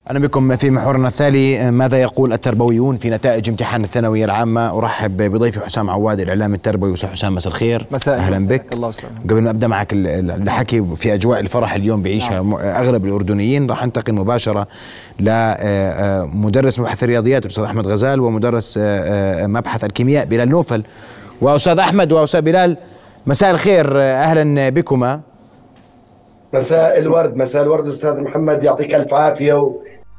أهلا بكم في محورنا التالي. ماذا يقول التربويون في نتائج امتحان الثانوية العامة؟ أرحب بضيفي حسام عواد الإعلام التربوي. أستاذ حسام مساء الخير. أهلا بك. قبل ما أبدأ معك الحكي في أجواء الفرح اليوم بيعيشها أغلب الأردنيين، راح أنتقل مباشرة لمدرس مبحث الرياضيات الأستاذ أحمد غزال ومدرس مبحث الكيمياء بلال نوفل. وأستاذ أحمد وأستاذ بلال مساء الخير، أهلا بكما. مساء الورد أستاذ محمد، يعطيك ألف عافية.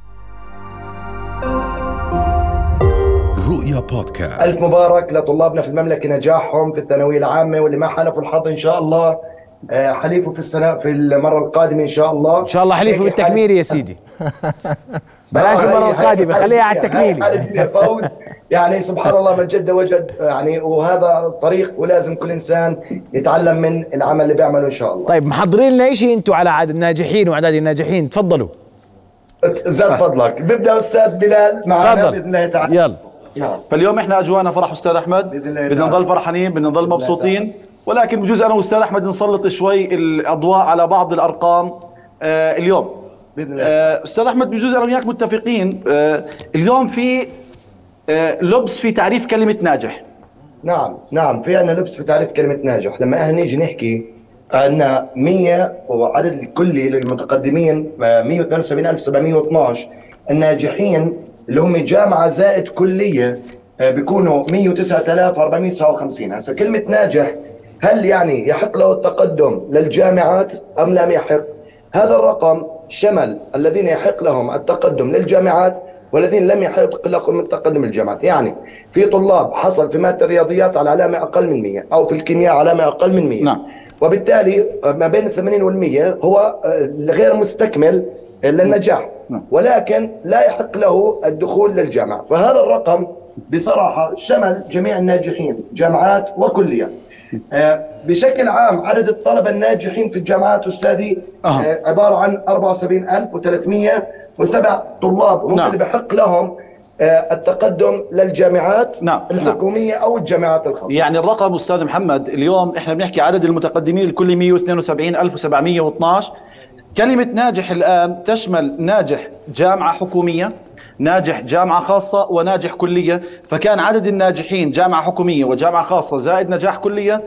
رؤيا بودكاست. ألف مبارك لطلابنا في المملكة، نجاحهم في الثانوية العامة، واللي ما حالفوا الحظ إن شاء الله حليفوا في المرة القادمة إن شاء الله. إن شاء الله حليفوا بالتكميل يا سيدي. بلاش المرة القادمة، خليها على التكميل. فوز يعني سبحان الله، من جد وجد يعني، وهذا الطريق، ولازم كل إنسان يتعلم من العمل اللي بيعمله إن شاء الله. طيب محضرين لنا شيء أنتوا على عدد الناجحين وأعداد الناجحين؟ تفضلوا. زاد فضلك. بيبدأ أستاذ بلال معنا بإذن الله تعالى. يلا. فاليوم احنا اجوانا فرح استاذ احمد، بدنا نضل فرحانين، بدنا نضل مبسوطين، ولكن بجوز انا واستاذ احمد نسلط شوي الاضواء على بعض الارقام اليوم. استاذ احمد بجوز انا وياك متفقين اليوم في لبس في تعريف كلمة ناجح. نعم في عندنا لبس في تعريف كلمة ناجح. لما احنا نيجي نحكي عندنا 100 وعدد الكلي للمتقدمين 172,712 الناجحين اللي هم جامعة زائد كلية بيكونوا 109,459. هسه كلمة ناجح، هل يعني يحق له التقدم للجامعات أم لم يحق؟ هذا الرقم شمل الذين يحق لهم التقدم للجامعات والذين لم يحق لهم التقدم للجامعات. يعني في طلاب حصل في مادة الرياضيات على علامة أقل من 100 أو في الكيمياء علامة أقل من 100. نعم. وبالتالي ما بين 80 وال100 هو غير مستكمل للنجاح، ولكن لا يحق له الدخول للجامعة. فهذا الرقم بصراحة شمل جميع الناجحين جامعات وكليات. بشكل عام عدد الطلبة الناجحين في الجامعات أستاذي عبارة عن 74,307 طلاب هم اللي بحق لهم التقدم للجامعات الحكومية أو الجامعات الخاصة. يعني الرقم أستاذ محمد اليوم إحنا بنحكي عدد المتقدمين الكلي 172,712. كلمة ناجح الآن تشمل ناجح جامعة حكومية، ناجح جامعة خاصة، وناجح كلية. فكان عدد الناجحين جامعة حكومية وجامعة خاصة زائد نجاح كلية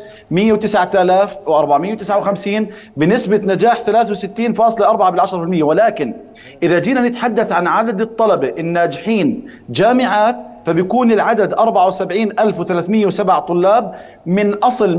109,459 بنسبة نجاح 63.4%. ولكن إذا جينا نتحدث عن عدد الطلبة الناجحين جامعات فبيكون العدد 74,307 طلاب من أصل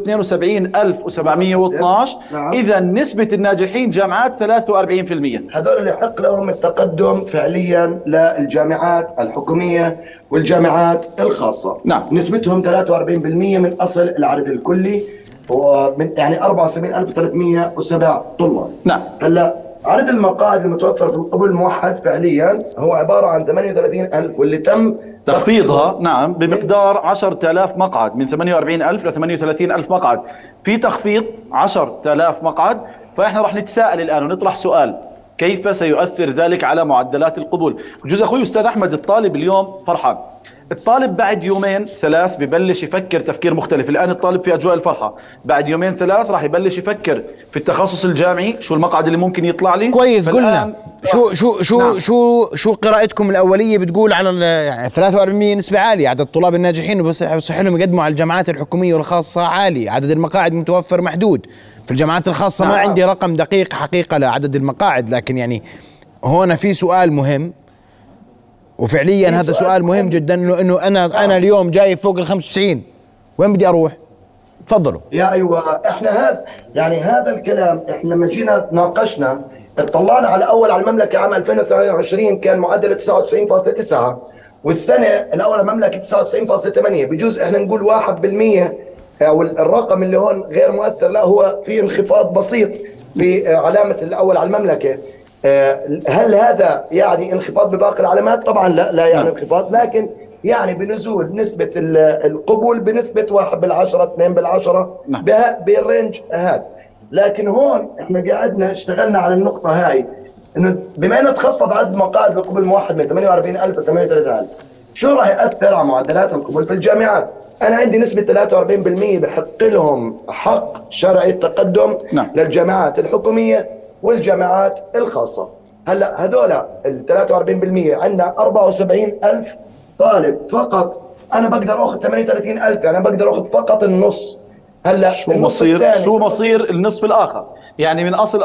172,712. إذا نسبة الناجحين جامعات 43%. هذول اللي حق لهم التقدم فعليا للجامعات الحكومية والجامعات الخاصة. نعم. نسبتهم 43% من أصل العدد الكلي، ومن يعني 74,307 طلاب. نعم. هلا عدد المقاعد المتوفرة في القبول الموحد فعليا هو عبارة عن 38,000 واللي تم تخفيضها نعم بمقدار 10,000 مقعد، من 48,000 ل 38,000 مقعد في تخفيض 10,000 مقعد. فإحنا راح نتساءل الآن ونطرح سؤال: كيف سيؤثر ذلك على معدلات القبول؟ بجوز أخوي أستاذ أحمد الطالب اليوم فرحان، الطالب بعد يومين ثلاث ببلش يفكر تفكير مختلف. الآن الطالب في أجواء الفرحة، بعد يومين ثلاث راح يبلش يفكر في التخصص الجامعي، شو المقعد اللي ممكن يطلع لي. كويس، قلنا شو قراءتكم الأولية بتقول على يعني 43% نسبة عالية عدد الطلاب الناجحين، وبصح لهم يقدموا على الجامعات الحكومية والخاصة عالي، عدد المقاعد متوفر محدود. في الجامعات الخاصة ما عندي رقم دقيق حقيقة لعدد المقاعد، لكن يعني هنا في سؤال مهم، وفعليا هذا سؤال مهم جدا، انه انا اليوم جاي فوق ال 95، وين بدي اروح؟ تفضلوا. يا ايوه، احنا هذا الكلام احنا لما جينا ناقشنا اطلعنا على المملكه عام 2022 كان معدله 99.9، والسنه الاول المملكه 99.8. بجوز احنا نقول 1% او الرقم اللي هون غير مؤثر، لا هو في انخفاض بسيط في علامه الاول على المملكه. هل هذا يعني انخفاض بباقي العلامات؟ طبعا لا يعني انخفاض، لكن يعني بنزول نسبة القبول بنسبة 1/10 2/10 بالرينج هذا. لكن هون احنا قاعدنا اشتغلنا على النقطة هاي، انه بما انه تخفض عدد مقاعد القبول الموحد من 48,000 ل 38,000، شو راح يأثر على معدلات القبول في الجامعات؟ أنا عندي نسبة 43% بحق لهم حق شرعي التقدم للجامعات الحكومية والجامعات الخاصة. هلا هذول ال 43% عندنا 74,000 طالب فقط. انا بقدر اخذ 38,000، يعني انا بقدر اخذ فقط النص. هلا شو مصير النصف الاخر؟ يعني من اصل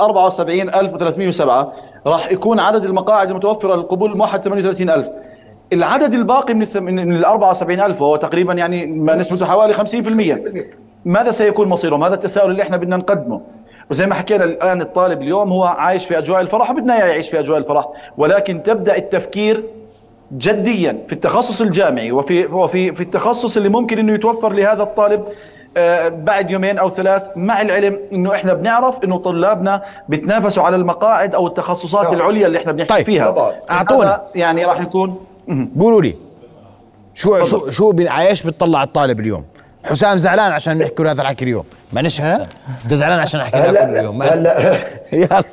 74,307 راح يكون عدد المقاعد المتوفره للقبول موحد 38,000. العدد الباقي من ال 74,000 وهو تقريبا يعني نسبته حوالي 50%. ماذا سيكون مصيرهم؟ هذا التساؤل اللي احنا بدنا نقدمه. وزي ما حكينا الان الطالب اليوم هو عايش في اجواء الفرح وبدنا اياه يعيش في اجواء الفرح، ولكن تبدا التفكير جديا في التخصص الجامعي وفي التخصص اللي ممكن انه يتوفر لهذا الطالب بعد يومين او ثلاث، مع العلم انه احنا بنعرف انه طلابنا بيتنافسوا على المقاعد او التخصصات العليا اللي احنا بنحكي فيها. اعطونا يعني راح يكون قولوا لي شو عايش بتطلع الطالب اليوم؟ حسام زعلان عشان نحكي له هذا الحكي اليوم، معلش حسام انت زعلان عشان احكي لك اليوم. يلا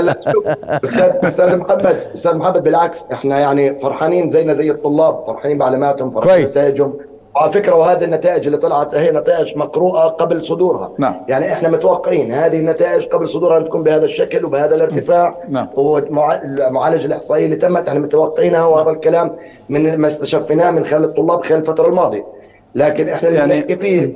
استاذ محمد بالعكس احنا يعني فرحانين زينا زي الطلاب، فرحانين بعلاماتهم، فرحانين بنتائجهم على فكره. وهذه النتائج اللي طلعت هي نتائج مقروءه قبل صدورها. نعم. يعني احنا متوقعين هذه النتائج قبل صدورها ان تكون بهذا الشكل وبهذا الارتفاع. نعم. والمعالجه الاحصائيه اللي تمت احنا متوقعينها، وهذا الكلام من ما استشفيناه من خلال الطلاب خلال الفتره الماضيه. لكن احنا اللي بنحكي فيه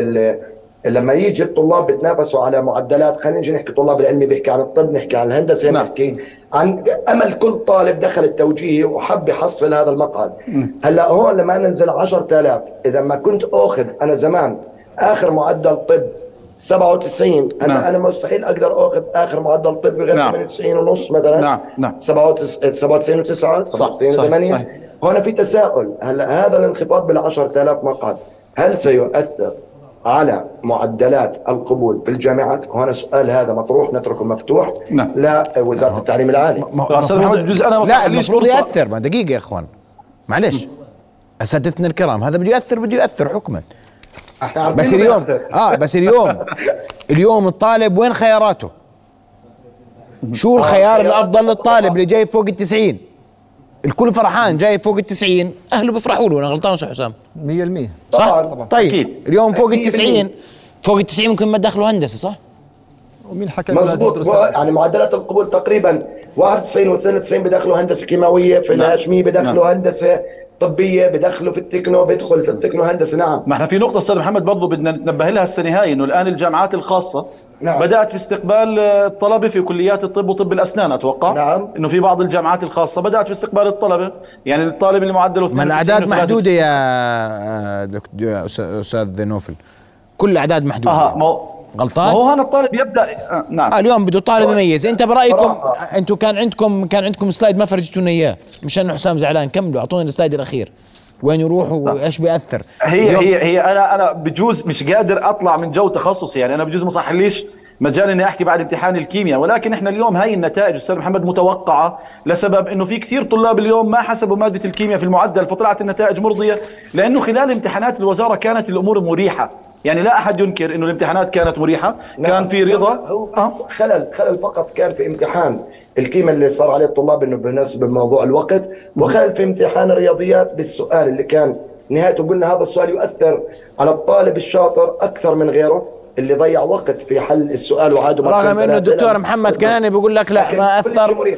لما يجي الطلاب بيتنافسوا على معدلات، خلينا نجي نحكي طلاب العلمي بيحكي عن الطب، نحكي عن الهندسه، نحكي عن امل كل طالب دخل التوجيهي وحب يحصل هذا المقعد. هلا هون لما انزل 10,000، اذا ما كنت اخذ انا زمان اخر معدل طب 97، هلا انا مستحيل اقدر اخذ اخر معدل طب غير 98 ونص مثلا. 97 و9 97 و8. هون في تساؤل. هلا هذا الانخفاض بال 10,000 مقعد هل سيؤثر على معدلات القبول في الجامعات؟ هنا السؤال هذا مطروح، نتركه مفتوح لوزارة التعليم العالي. لا المفروض يأثر. ما دقيقة يا اخوان معلش اساتذتنا الكرام، هذا بده يأثر حكما. بس اليوم بس اليوم الطالب وين خياراته؟ شو الخيار الافضل للطالب اللي جاي فوق ال90؟ الكل فرحان جاي فوق ال90، اهله بيفرحوا له. انا غلطان صح حسام؟ 100% صح طبعا. طيب أكيد. اليوم فوق ال90 ممكن ما دخلوا هندسه صح؟ ومين حكى؟ مظبوط. يعني معدلات القبول تقريبا 91 و92 بدخلوا هندسه كيماويه، في الهاشميه بدخلوا هندسه طبيه، بدخلوا في التكنو، بدخل في التكنو هندسه. نعم. ما احنا في نقطه استاذ محمد برضه بدنا نتنبه لها السنه هاي، انه الان الجامعات الخاصه بدات في استقبال الطلبه في كليات الطب وطب الاسنان. اتوقع نعم انه في بعض الجامعات الخاصه بدات في استقبال الطلبه، يعني الطالب اللي معدله 92. ما الاعداد محدوده يا دكتور استاذ نوفل، كل الاعداد محدوده. غلطان؟ هو هذا الطالب يبدا نعم. اليوم بده طالب يميز. انت برايكم انتم كان عندكم سلايد ما فرجتونا اياه مشان حسام زعلان، كملوا اعطونا السلايد الاخير وين يروح وايش بياثر. هي انا بجوز مش قادر اطلع من جو تخصصي، يعني انا بجوز ما صح ليش مجال اني احكي بعد امتحان الكيمياء، ولكن احنا اليوم هاي النتائج استاذ محمد متوقعه لسبب انه في كثير طلاب اليوم ما حسبوا ماده الكيمياء في المعدل، فطلعت النتائج مرضيه، لانه خلال امتحانات الوزاره كانت الامور مريحه. يعني لا احد ينكر انه الامتحانات كانت مريحه. كان في رضا. خلل فقط كان في امتحان الكيمياء اللي صار عليه الطلاب انه بنسبه بموضوع الوقت، وخلل في امتحان الرياضيات بالسؤال اللي كان نهايته قلنا هذا السؤال يؤثر على الطالب الشاطر اكثر من غيره اللي ضيع وقت في حل السؤال وعاده. رغم انه الدكتور محمد كناني بيقول لك لا ما اثر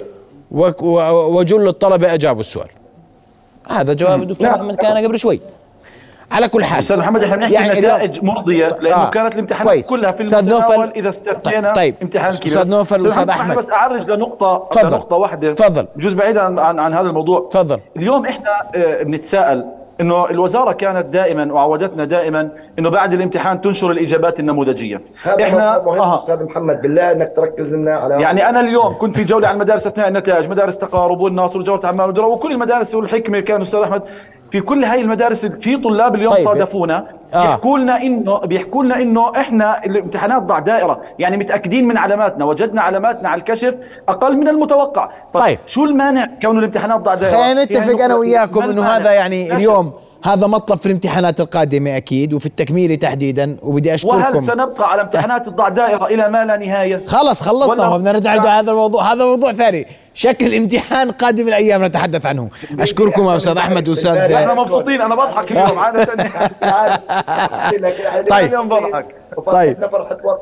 وجل الطلبه اجابوا السؤال. هذا جواب الدكتور محمد كناني قبل شوي. على كل حال استاذ محمد احنا بنحكي يعني نتائج مرضيه، لانه كانت الامتحانات كلها في المتناول اذا استثنينا امتحان الكيمياء. استاذ نوفل واستاذ احمد بس اعرج لنقطه واحده. تفضل. بجوز بعيدا عن هذا الموضوع. تفضل. اليوم احنا بنتساءل انه الوزاره كانت دائما وعودتنا دائما انه بعد الامتحان تنشر الاجابات النموذجيه. احنا مهم استاذ محمد بالله انك تركز لنا على يعني انا اليوم كنت في جوله على المدارس اثناء النتائج، مدارس تقارب والناصر وجوله عمان ودرا وكل المدارس والحكمه كانوا استاذ احمد. في كل هاي المدارس في طلاب اليوم صادفونا بيحكوا لنا انه احنا الامتحانات ضع دائره، يعني متاكدين من علاماتنا، وجدنا علاماتنا على الكشف اقل من المتوقع. طيب شو المانع كون الامتحانات ضع دائره؟ خلينا نتفق انا وياكم انه هذا يعني اليوم هذا مطلب في الامتحانات القادمه اكيد وفي التكميله تحديدا، وبدي اشكركم. وهل سنبقى على امتحانات الضع دائره الى ما لا نهايه؟ خلصنا وبدنا نرجع لهذا الموضوع، هذا موضوع ثاني، شكل امتحان قادم الايام نتحدث عنه. اشكركم يا استاذ احمد واستاذ. احنا مبسوطين، انا بضحك اليوم عاده. طيب اليوم بضحك. طيب فرحه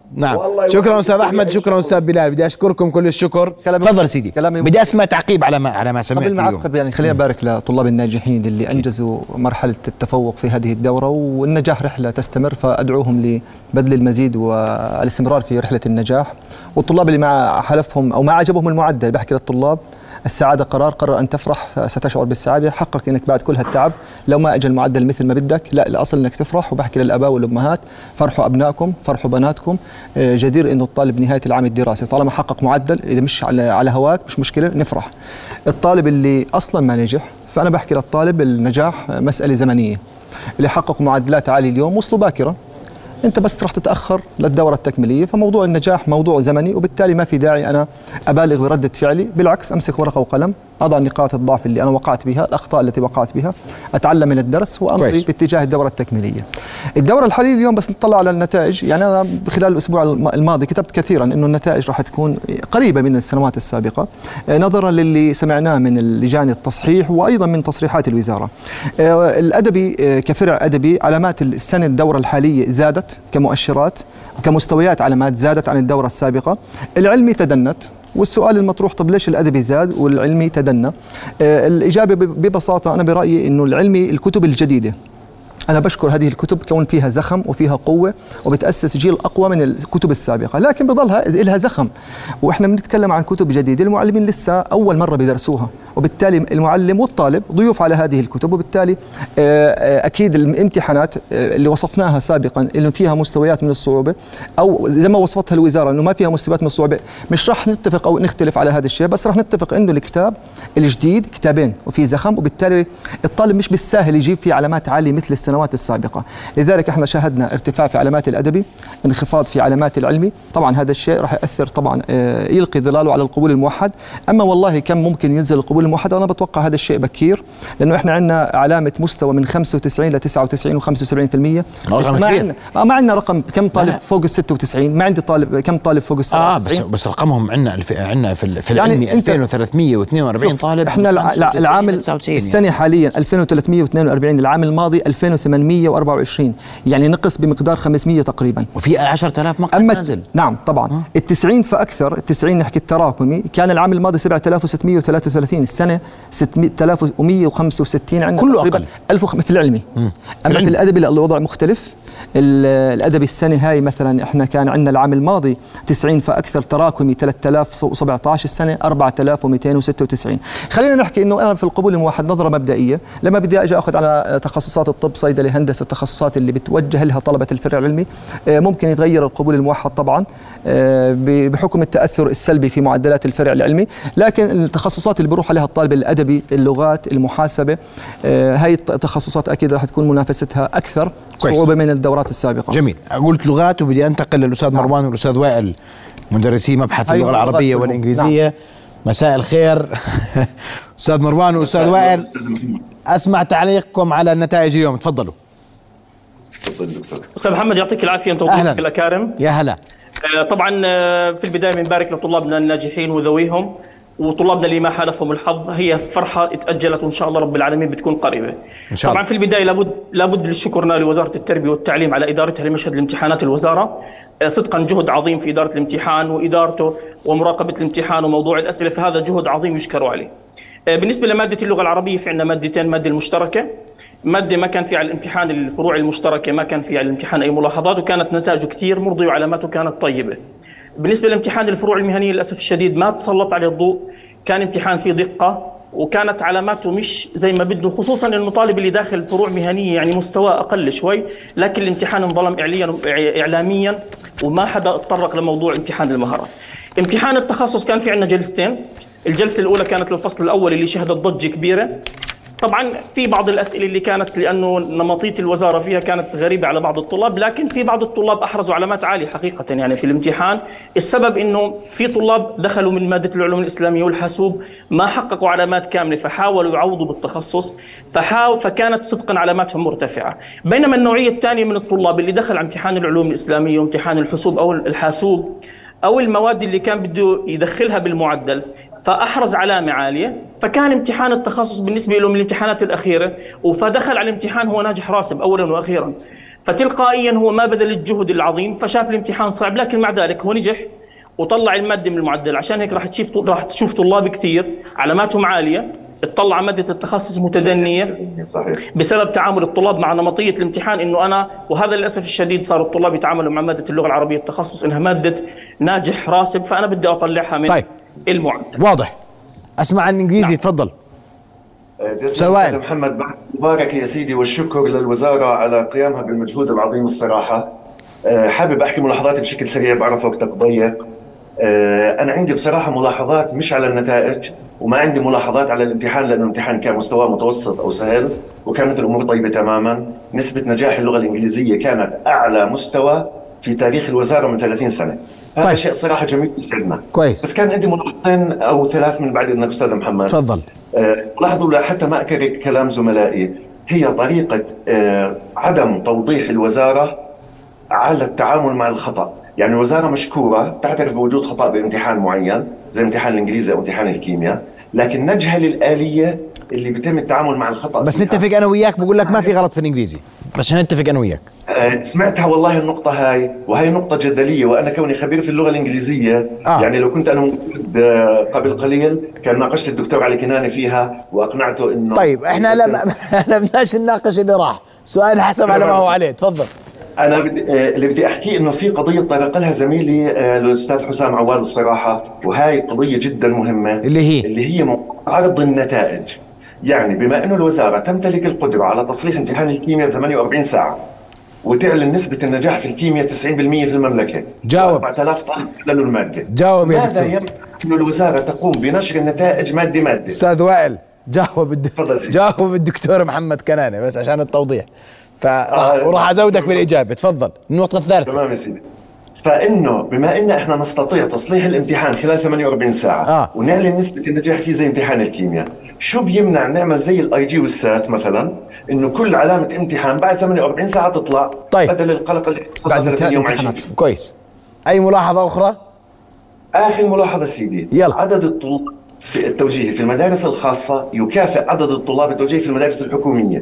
نعم. شكرا استاذ احمد، شكرا استاذ بلال، بدي اشكركم كل الشكر. تفضل سيدي. بدي اسمع تعقيب على ما سمعت قبل ما اعقب يعني خلينا نبارك لطلاب الناجحين اللي انجزوا مرحله التفوق في هذه الدوره، والنجاح رحله تستمر، فادعوهم لبذل المزيد والاستمرار في رحله النجاح. والطلاب اللي ما حلفهم او ما عجبهم المعدل، بحكي للطلاب السعادة قرر أن تفرح ستشعر بالسعادة. حقق أنك بعد كل هالتعب لو ما أجى المعدل مثل ما بدك، لا، الأصل أنك تفرح. وبحكي للآباء والأمهات، فرحوا أبنائكم، فرحوا بناتكم. جدير أنه الطالب نهاية العام الدراسي طالما حقق معدل، إذا مش على هواك مش مشكلة، نفرح. الطالب اللي أصلا ما نجح، فأنا بحكي للطالب النجاح مسألة زمنية. اللي حققوا معدلات عالية اليوم وصلوا باكرة، انت بس رح تتاخر للدوره التكميليه، فموضوع النجاح موضوع زمني، وبالتالي ما في داعي انا ابالغ برده فعلي. بالعكس، امسك ورقه وقلم، اضع نقاط الضعف اللي انا وقعت بها، الاخطاء التي وقعت بها، اتعلم من الدرس وامضي باتجاه الدوره التكميليه. الدوره الحاليه اليوم بس نطلع على النتائج، يعني انا خلال الاسبوع الماضي كتبت كثيرا انه النتائج راح تكون قريبه من السنوات السابقه، نظرا للي سمعناه من اللجان التصحيح وايضا من تصريحات الوزاره. الادبي كفرع ادبي، علامات السنه الدوره الحاليه زادت كمؤشرات وكمستويات، علامات زادت عن الدوره السابقه. العلمي تدنت، والسؤال المطروح طب ليش الأدبي زاد والعلمي تدنى؟ الإجابة ببساطة أنا برأيي إنه العلمي الكتب الجديدة، أنا بشكر هذه الكتب كون فيها زخم وفيها قوة وبتأسس جيل أقوى من الكتب السابقة، لكن بضلها لها زخم. وإحنا بنتكلم عن كتب جديدة، المعلمين لسه أول مرة بيدرسوها، وبالتالي المعلم والطالب ضيوف على هذه الكتب، وبالتالي أكيد الامتحانات اللي وصفناها سابقا اللي فيها مستويات من الصعوبة، أو زي ما وصفتها الوزارة إنه ما فيها مستويات من الصعوبة، مش راح نتفق أو نختلف على هذا الشيء، بس راح نتفق إنه الكتاب الجديد كتابين وفي زخم، وبالتالي الطالب مش بالساهل يجيب فيه علامات عالية مثل السنوات السابقة. لذلك احنا شاهدنا ارتفاع في علامات الأدبي، انخفاض في علامات العلمي. طبعا هذا الشيء راح يأثر طبعا يلقي ظلاله على القبول الموحد. أما والله كم ممكن ينزل القبول الموحد، أنا بتوقع هذا الشيء بكير، لأنه احنا عندنا علامة مستوى من 95 ل 99 و75%. ما عندنا رقم كم طالب فوق ال 96، ما عندي طالب كم طالب فوق ال 97. بس رقمهم عندنا في العلمي يعني 2342 طالب. احنا العام السنة حاليا 2342، العام الماضي 2824، يعني نقص بمقدار 500 تقريبا، وفي 10000 مقعد نازل. نعم طبعا. ال90 فاكثر، ال90 نحكي التراكمي، كان العام الماضي 7633، السنه 6165، عندنا كله تقريبا 1000 في العلمي. اما في الادبي الوضع مختلف. الادبي السنه هاي مثلا احنا كان عندنا العام الماضي 90 فاكثر تراكمي 3017، السنه 4296. خلينا نحكي انه انا في القبول الموحد نظره مبدئيه، لما بدي اجي اخذ على تخصصات الطب، صيدله، هندسه، التخصصات اللي بتوجه لها طلبه الفرع العلمي، ممكن يتغير القبول الموحد طبعا بحكم التاثر السلبي في معدلات الفرع العلمي، لكن التخصصات اللي بروح عليها الطالب الادبي، اللغات، المحاسبه، هاي التخصصات اكيد راح تكون منافستها اكثر صعوبه من الدورات السابقه. جميل. قلت لغات، وبدي انتقل للاستاذ مروان والاستاذ وائل، مدرسي مبحث اللغه العربيه والانجليزيه. نعم. مساء الخير استاذ مروان واستاذ وائل، اسمع تعليقكم على النتائج اليوم، تفضلوا. استاذ محمد يعطيك العافيه انت وضيوفك الاكارم. يا هلا. طبعا في البدايه بنبارك لطلابنا الناجحين وذويهم، وطلابنا اللي ما حالفهم الحظ، هي فرحه اتاجلت وان شاء الله رب العالمين بتكون قريبه إن شاء الله. طبعا في البدايه لابد للشكرنا لوزاره التربيه والتعليم على ادارتها لمشهد الامتحانات الوزاره، صدقا جهد عظيم في اداره الامتحان وادارته ومراقبه الامتحان وموضوع الاسئله، فهذا جهد عظيم يشكروا عليه. بالنسبه لماده اللغه العربيه، في عندنا مادتين، ماده المشتركه، ماده ما كان في على الامتحان الفروع المشتركه ما كان في على الامتحان اي ملاحظات، وكانت نتائجه كثير مرضيه وعلاماته كانت طيبه. بالنسبه لامتحان الفروع المهنيه للاسف الشديد ما تسلط عليه الضوء، كان امتحان فيه دقه وكانت علاماته مش زي ما بده، خصوصا المطالب اللي داخل فروع مهنيه يعني مستواه اقل شوي، لكن الامتحان انظلم اعلاميا وما حدا اتطرق لموضوع امتحان المهارات. امتحان التخصص كان في عندنا جلستين، الجلسه الاولى كانت للفصل الاول اللي شهدت ضجه كبيره. طبعا في بعض الاسئله اللي كانت لانه نمطيه الوزاره فيها كانت غريبه على بعض الطلاب، لكن في بعض الطلاب احرزوا علامات عاليه حقيقه يعني في الامتحان. السبب انه في طلاب دخلوا من ماده العلوم الاسلاميه والحاسوب ما حققوا علامات كامله، فحاولوا يعوضوا بالتخصص، فكانت صدقا علاماتهم مرتفعه. بينما النوعيه الثانيه من الطلاب اللي دخل على امتحان العلوم الاسلاميه وامتحان الحاسوب او الحاسوب او المواد اللي كان بده يدخلها بالمعدل فأحرز علامة عالية، فكان امتحان التخصص بالنسبة له من الامتحانات الأخيرة، فدخل على الامتحان هو ناجح راسب أولا وأخيرا. فتلقائيا هو ما بذل الجهد العظيم، فشاف الامتحان صعب، لكن مع ذلك هو نجح وطلع المادة من المعدل. عشان هيك راح تشوف طلاب كثير علاماتهم عالية تطلع مادة التخصص متدنية. صحيح. بسبب تعامل الطلاب مع نمطية الامتحان، انه انا وهذا للاسف الشديد صار الطلاب يتعاملوا مع مادة اللغة العربية التخصص انها مادة ناجح راسب، فانا بدي اطلعها من طيب. المعدل. واضح. اسمع عن الانجليزي. تفضل. أستاذ محمد، بعد مبارك يا سيدي والشكر للوزارة على قيامها بالمجهود العظيم الصراحة. حابب أحكي ملاحظاتي بشكل سريع، بعرف وقتك ضيق. أنا عندي بصراحة ملاحظات مش على النتائج، وما عندي ملاحظات على الامتحان، لأنه الامتحان كان مستواه متوسط أو سهل، وكانت الأمور طيبة تماما. نسبة نجاح اللغة الإنجليزية كانت أعلى مستوى في تاريخ الوزارة من 30 سنة. هذا طيب. شيء صراحة جميل يسعدنا. كويس. بس كان عندي ملاحظتين أو ثلاث من بعد إذنك أستاذ محمد. تفضل. لاحظوا حتى ما أكرر كلام زملائي، هي طريقة عدم توضيح الوزارة على التعامل مع الخطأ. يعني الوزارة مشكورة تعترف بوجود خطأ بامتحان معين زي امتحان الإنجليزي أو امتحان الكيمياء، لكن نجهل الآلية اللي بيتم التعامل مع الخطأ. بس نتفق أنا وياك، بقول لك ما في غلط في الإنجليزي، بس عشان نتفق أنا وياك. سمعتها والله النقطة هاي، وهي نقطة جدلية، وأنا كوني خبير في اللغة الإنجليزية يعني لو كنت أنا موجود قبل قليل كان ناقشت الدكتور علي كناني فيها وأقنعته إنه. طيب إحنا لا بدناش نناقش اللي راح، سؤال حسب على ما هو عليه. تفضل. أنا اللي بدي أحكيه إنه في قضية طرق لها زميلي الأستاذ حسام عواد الصراحة، وهاي قضية جدا مهمة اللي هي عرض النتائج. يعني بما إنه الوزارة تمتلك القدرة على تصليح امتحان الكيمياء 48 ساعة وتعلن نسبة النجاح في الكيمياء 90% في المملكة، جاوب. 4000 طالب حللوا المادة. جاوب يا ماذا يمنع إنه الوزارة تقوم بنشر النتائج مادة؟ أستاذ وائل جاوب الدكتور محمد كناني بس عشان التوضيح، وراح أزودك بالإجابة. تفضل. النقطة الثالثة. تمام يا سيدي. فإنه بما إن إحنا نستطيع تصليح الامتحان خلال 48 ساعة ونعلن نسبة النجاح فيه زي امتحان الكيمياء، شو بيمنع نعمل زي الاي جي والسات مثلا، إنه كل علامة امتحان بعد 48 ساعة تطلع. طيب. بدل القلق اللي بعد 30 يوم عايشين. كويس. أي ملاحظة أخرى؟ آخر ملاحظة سيدي. يلا. عدد الطلاب في التوجيهي في المدارس الخاصة يكافئ عدد الطلاب التوجيهي في المدارس الحكومية.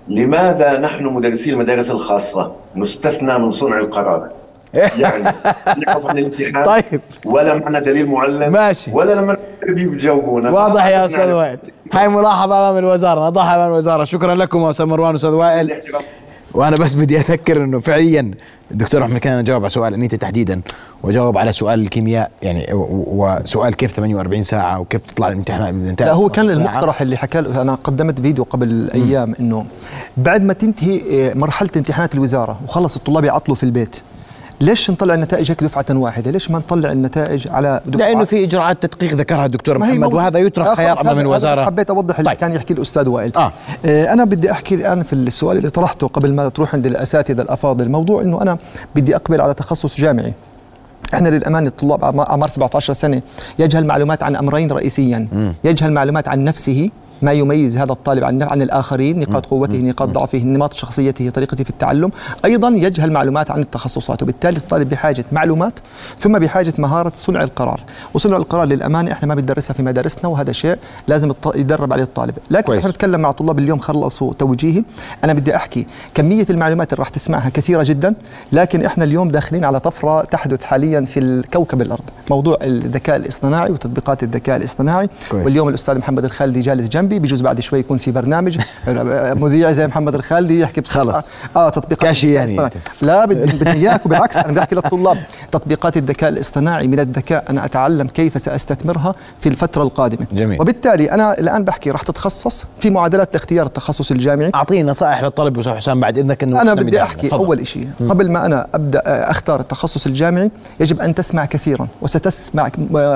لماذا نحن مدرسي المدارس الخاصة نستثنى من صنع القرار؟ يعني نعرف عن الامتحان طيب. ولا معنا دليل معلم ماشي. ولا لما بيجاوبونا. واضح يا أستاذ وائل. هاي ملاحظة أمام الوزارة، نضعها أمام الوزارة. شكرا لكم أستاذ مروان وأستاذ وائل. وأنا بس بدي أذكر إنه فعليا الدكتور أحمد كان جاوب على سؤال أنيتا تحديدا، وجاوب على سؤال الكيمياء يعني، وسؤال كيف 48 ساعة وكيف تطلع الامتحان. لا هو كان المقترح اللي حكى له، أنا قدمت فيديو قبل أيام إنه بعد ما تنتهي مرحلة امتحانات الوزارة وخلص الطلاب يعطلوا في البيت، ليش نطلع النتائج هيك دفعة واحدة؟ ليش ما نطلع النتائج على دفعة؟ لأنه في إجراءات تدقيق ذكرها الدكتور محمد، وهذا يطرح خيار أمام الوزارة. حبيت أوضح اللي كان يحكي الأستاذ وائل. أنا بدي أحكي الآن في السؤال اللي طرحته قبل ما تروح عند الأساتذة الأفاضل، موضوع إنه أنا بدي أقبل على تخصص جامعي. احنا للأمانة الطلاب أعمار 17 سنة يجهل معلومات عن أمرين رئيسيا، يجهل معلومات عن نفسه، ما يميز هذا الطالب عن الآخرين، نقاط قوته، نقاط ضعفه، نمط شخصيته، طريقته في التعلم. أيضا يجهل معلومات عن التخصصات، وبالتالي الطالب بحاجة معلومات ثم بحاجة مهارة صنع القرار. وصنع القرار للأمانة احنا ما بندرسها في مدارسنا، وهذا شيء لازم يدرب عليه الطالب. لكن احنا نتكلم مع طلاب اليوم خلصوا توجيهي، أنا بدي أحكي كمية المعلومات اللي راح تسمعها كثيرة جدا، لكن احنا اليوم داخلين على طفرة تحدث حاليا في الكوكب الأرض، موضوع الذكاء الاصطناعي وتطبيقات الذكاء الاصطناعي. واليوم الأستاذ محمد الخالدي جالس جنبي، بجوز بعد شوي يكون في برنامج مذيع زي محمد الخالدي يحكي بصراحة تطبيقات يعني. لا بدي اياك، وبالعكس انا بدي احكي للطلاب تطبيقات الذكاء الاصطناعي من الذكاء انا اتعلم كيف ساستثمرها في الفترة القادمة. جميل. وبالتالي انا الان بحكي راح تتخصص في معادلات لاختيار التخصص الجامعي. اعطيني نصائح للطالب أستاذ حسام بعد اذنك. انه انا بدي احكي اول شيء قبل ما انا ابدا اختار التخصص الجامعي، يجب ان تسمع كثيرا وستسمع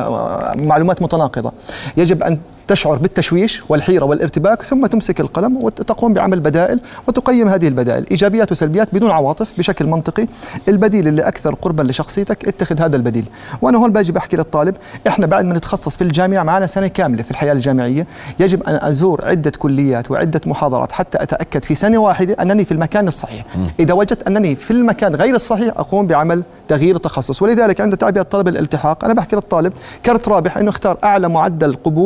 معلومات متناقضة. يجب ان تشعر بالتشويش والحيرة والارتباك، ثم تمسك القلم وتقوم بعمل بدائل وتقيم هذه البدائل إيجابيات وسلبيات بدون عواطف، بشكل منطقي. البديل اللي أكثر قربا لشخصيتك اتخذ هذا البديل. وأنا هون باجي بحكي للطالب، إحنا بعد ما نتخصص في الجامعة معنا سنة كاملة في الحياة الجامعية، يجب أن أزور عدة كليات وعدة محاضرات حتى أتأكد في سنة واحدة أنني في المكان الصحيح. إذا وجدت أنني في المكان غير الصحيح أقوم بعمل تغيير تخصص. ولذلك عند تعبئة طلب الالتحاق أنا بحكي للطالب كرت رابح إنه اختار أعلى معدل قبول إذا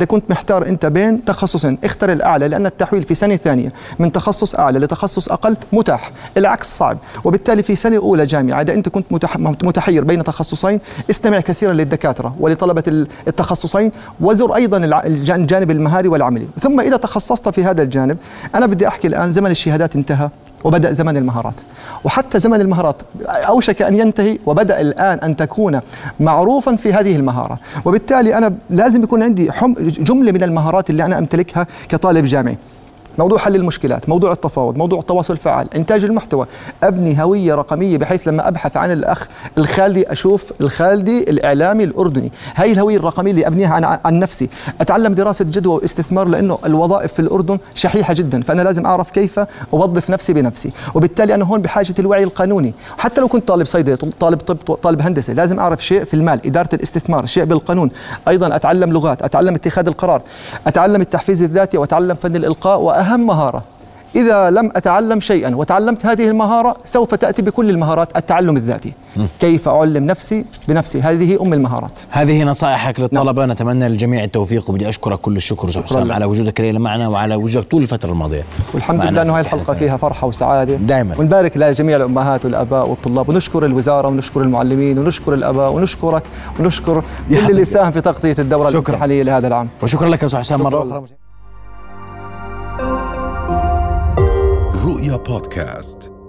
إذا كنت محتار أنت بين تخصصين اختر الأعلى، لأن التحويل في سنة ثانية من تخصص أعلى لتخصص أقل متاح، العكس صعب. وبالتالي في سنة أولى جامعة إذا أنت كنت متحير بين تخصصين استمع كثيرا للدكاترة ولطلبة التخصصين، وزر أيضا الجانب المهاري والعملي. ثم إذا تخصصت في هذا الجانب، أنا بدي أحكي الآن زمن الشهادات انتهى وبدأ زمن المهارات، وحتى زمن المهارات أوشك أن ينتهي وبدأ الآن أن تكون معروفا في هذه المهارة. وبالتالي أنا لازم يكون عندي جملة من المهارات اللي أنا أمتلكها كطالب جامعي. موضوع حل المشكلات، موضوع التفاوض، موضوع التواصل الفعال، إنتاج المحتوى، أبني هوية رقمية بحيث لما أبحث عن الأخ الخالدي أشوف الخالدي الإعلامي الأردني. هاي الهوية الرقمية اللي أبنيها عن نفسي. أتعلم دراسة جدوى واستثمار لأنه الوظائف في الأردن شحيحة جدا، فأنا لازم أعرف كيف أوظف نفسي بنفسي. وبالتالي أنا هون بحاجة الوعي القانوني، حتى لو كنت طالب صيدلة، طالب طب، طالب هندسة، لازم أعرف شيء في المال، إدارة الاستثمار، شيء بالقانون. أيضا أتعلم لغات، أتعلم اتخاذ القرار، أتعلم التحفيز الذاتي، وأتعلم فن الإلقاء. وأهم مهارة إذا لم أتعلم شيئا وتعلمت هذه المهارة سوف تأتي بكل المهارات، التعلم الذاتي. كيف أعلم نفسي بنفسي، هذه أم المهارات. هذه نصائحك للطلبة. نعم. نتمنى للجميع التوفيق، وبدي أشكرك كل الشكر حسام على وجودك الليلة معنا وعلى وجودك طول الفترة الماضية. والحمد لله أنه هاي الحلقة فيها فرحة وسعادة دائما. ونبارك لجميع الأمهات والآباء والطلاب، ونشكر الوزارة ونشكر المعلمين ونشكر الآباء ونشكرك ونشكر كل اللي ساهم في تغطية الدورة الامتحانية لهذا العام. وشكرا لك يا أستاذ حسام مرة أخرى. رؤيا بودكاست.